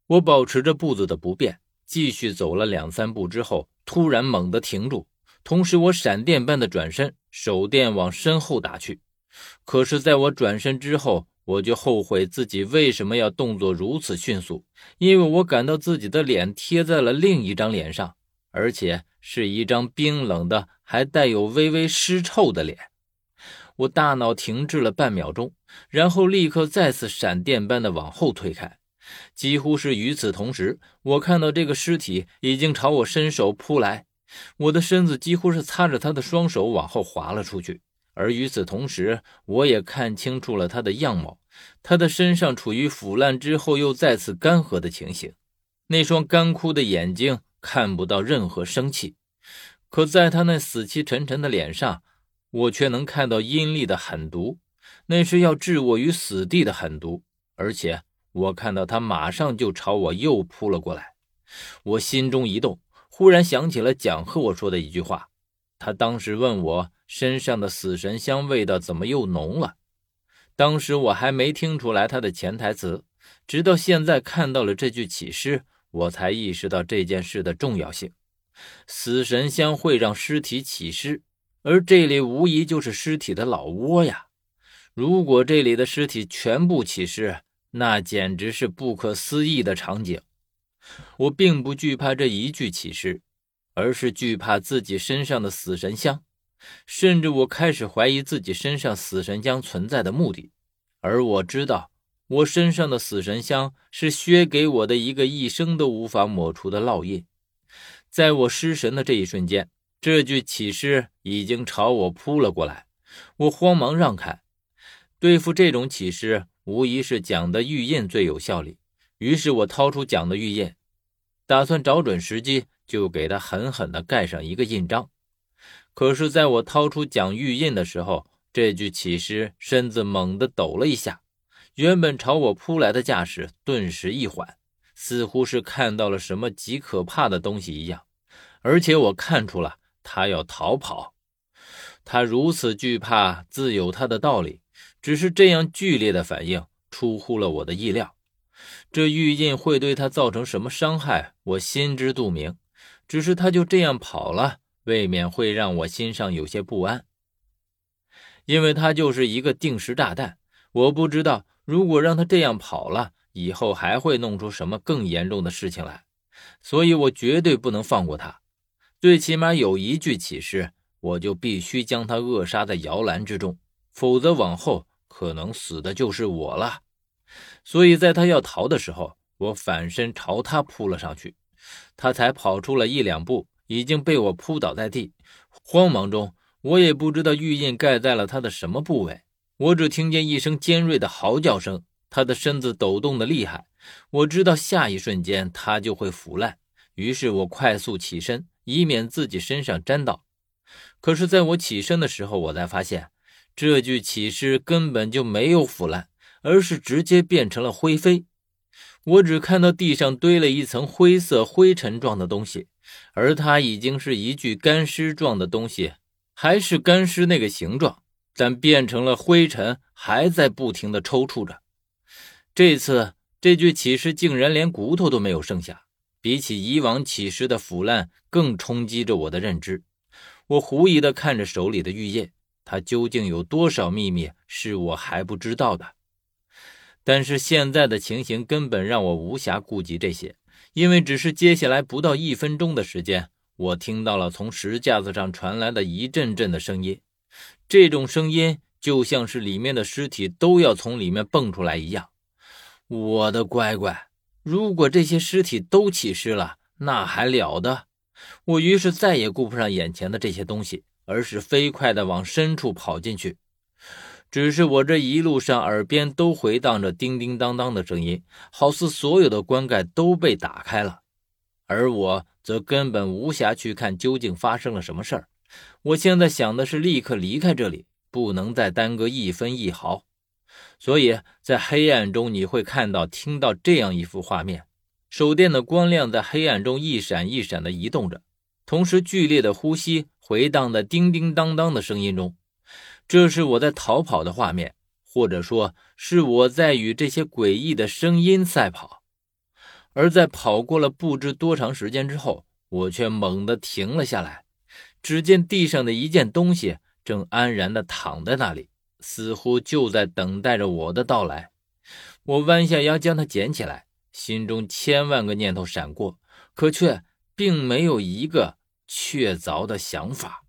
我保持着步子的不变，继续走了2-3步之后，突然猛地停住，同时我闪电般的转身，手电往身后打去。可是在我转身之后，我就后悔自己为什么要动作如此迅速，因为我感到自己的脸贴在了另一张脸上，而且是一张冰冷的还带有微微湿臭的脸。我大脑停滞了半秒钟，然后立刻再次闪电般的往后推开。几乎是与此同时，我看到这个尸体已经朝我伸手扑来，我的身子几乎是擦着他的双手往后滑了出去。而与此同时，我也看清楚了他的样貌，他的身上处于腐烂之后又再次干涸的情形，那双干枯的眼睛看不到任何生气，可在他那死气沉沉的脸上，我却能看到阴厉的狠毒，那是要置我于死地的狠毒，而且我看到他马上就朝我又扑了过来。我心中一动，忽然想起了蒋和我说的一句话，他当时问我身上的死神香味道怎么又浓了。当时我还没听出来他的潜台词，直到现在看到了这具起尸，我才意识到这件事的重要性。死神香会让尸体起尸，而这里无疑就是尸体的老窝呀。如果这里的尸体全部起尸，那简直是不可思议的场景。我并不惧怕这一具起尸，而是惧怕自己身上的死神香，甚至我开始怀疑自己身上死神香存在的目的。而我知道，我身上的死神香是薛给我的一个一生都无法抹除的烙印。在我失神的这一瞬间，这具起尸已经朝我扑了过来，我慌忙让开。对付这种起尸，无疑是蒋的玉印最有效力，于是我掏出蒋的玉印，打算找准时机就给他狠狠地盖上一个印章。可是在我掏出蒋玉印的时候，这具起尸身子猛地抖了一下，原本朝我扑来的架势顿时一缓，似乎是看到了什么极可怕的东西一样，而且我看出了他要逃跑。他如此惧怕自有他的道理，只是这样剧烈的反应出乎了我的意料。这玉印会对他造成什么伤害，我心知肚明，只是他就这样跑了，未免会让我心上有些不安。因为他就是一个定时炸弹，我不知道如果让他这样跑了，以后还会弄出什么更严重的事情来，所以我绝对不能放过他。最起码有一具起尸，我就必须将他扼杀在摇篮之中，否则往后可能死的就是我了。所以在他要逃的时候，我反身朝他扑了上去，他才跑出了1-2步，已经被我扑倒在地。慌忙中，我也不知道玉印盖在了他的什么部位，我只听见一声尖锐的嚎叫声，他的身子抖动的厉害，我知道下一瞬间他就会腐烂，于是我快速起身，以免自己身上沾到。可是在我起身的时候，我才发现这具起尸根本就没有腐烂，而是直接变成了灰飞。我只看到地上堆了一层灰色灰尘状的东西，而它已经是一具干尸状的东西，还是干尸那个形状，但变成了灰尘，还在不停地抽搐着。这次这具起尸竟然连骨头都没有剩下，比起以往起尸的腐烂更冲击着我的认知。我狐疑地看着手里的玉印，它究竟有多少秘密是我还不知道的。但是现在的情形根本让我无暇顾及这些，因为只是接下来不到1分钟的时间，我听到了从石架子上传来的一阵阵的声音，这种声音就像是里面的尸体都要从里面蹦出来一样。我的乖乖，如果这些尸体都起尸了，那还了得！我于是再也顾不上眼前的这些东西，而是飞快地往深处跑进去。只是我这一路上耳边都回荡着叮叮当当的声音，好似所有的棺盖都被打开了，而我则根本无暇去看究竟发生了什么事儿。我现在想的是立刻离开这里，不能再耽搁1分1毫。所以在黑暗中你会看到听到这样一幅画面，手电的光亮在黑暗中一闪一闪地移动着，同时剧烈的呼吸回荡在叮叮当当的声音中。这是我在逃跑的画面，或者说是我在与这些诡异的声音赛跑。 而在跑过了不知多长时间之后，我却猛地停了下来。只见地上的一件东西正安然地躺在那里，似乎就在等待着我的到来。我弯下腰将它捡起来，心中千万个念头闪过，可却并没有一个确凿的想法。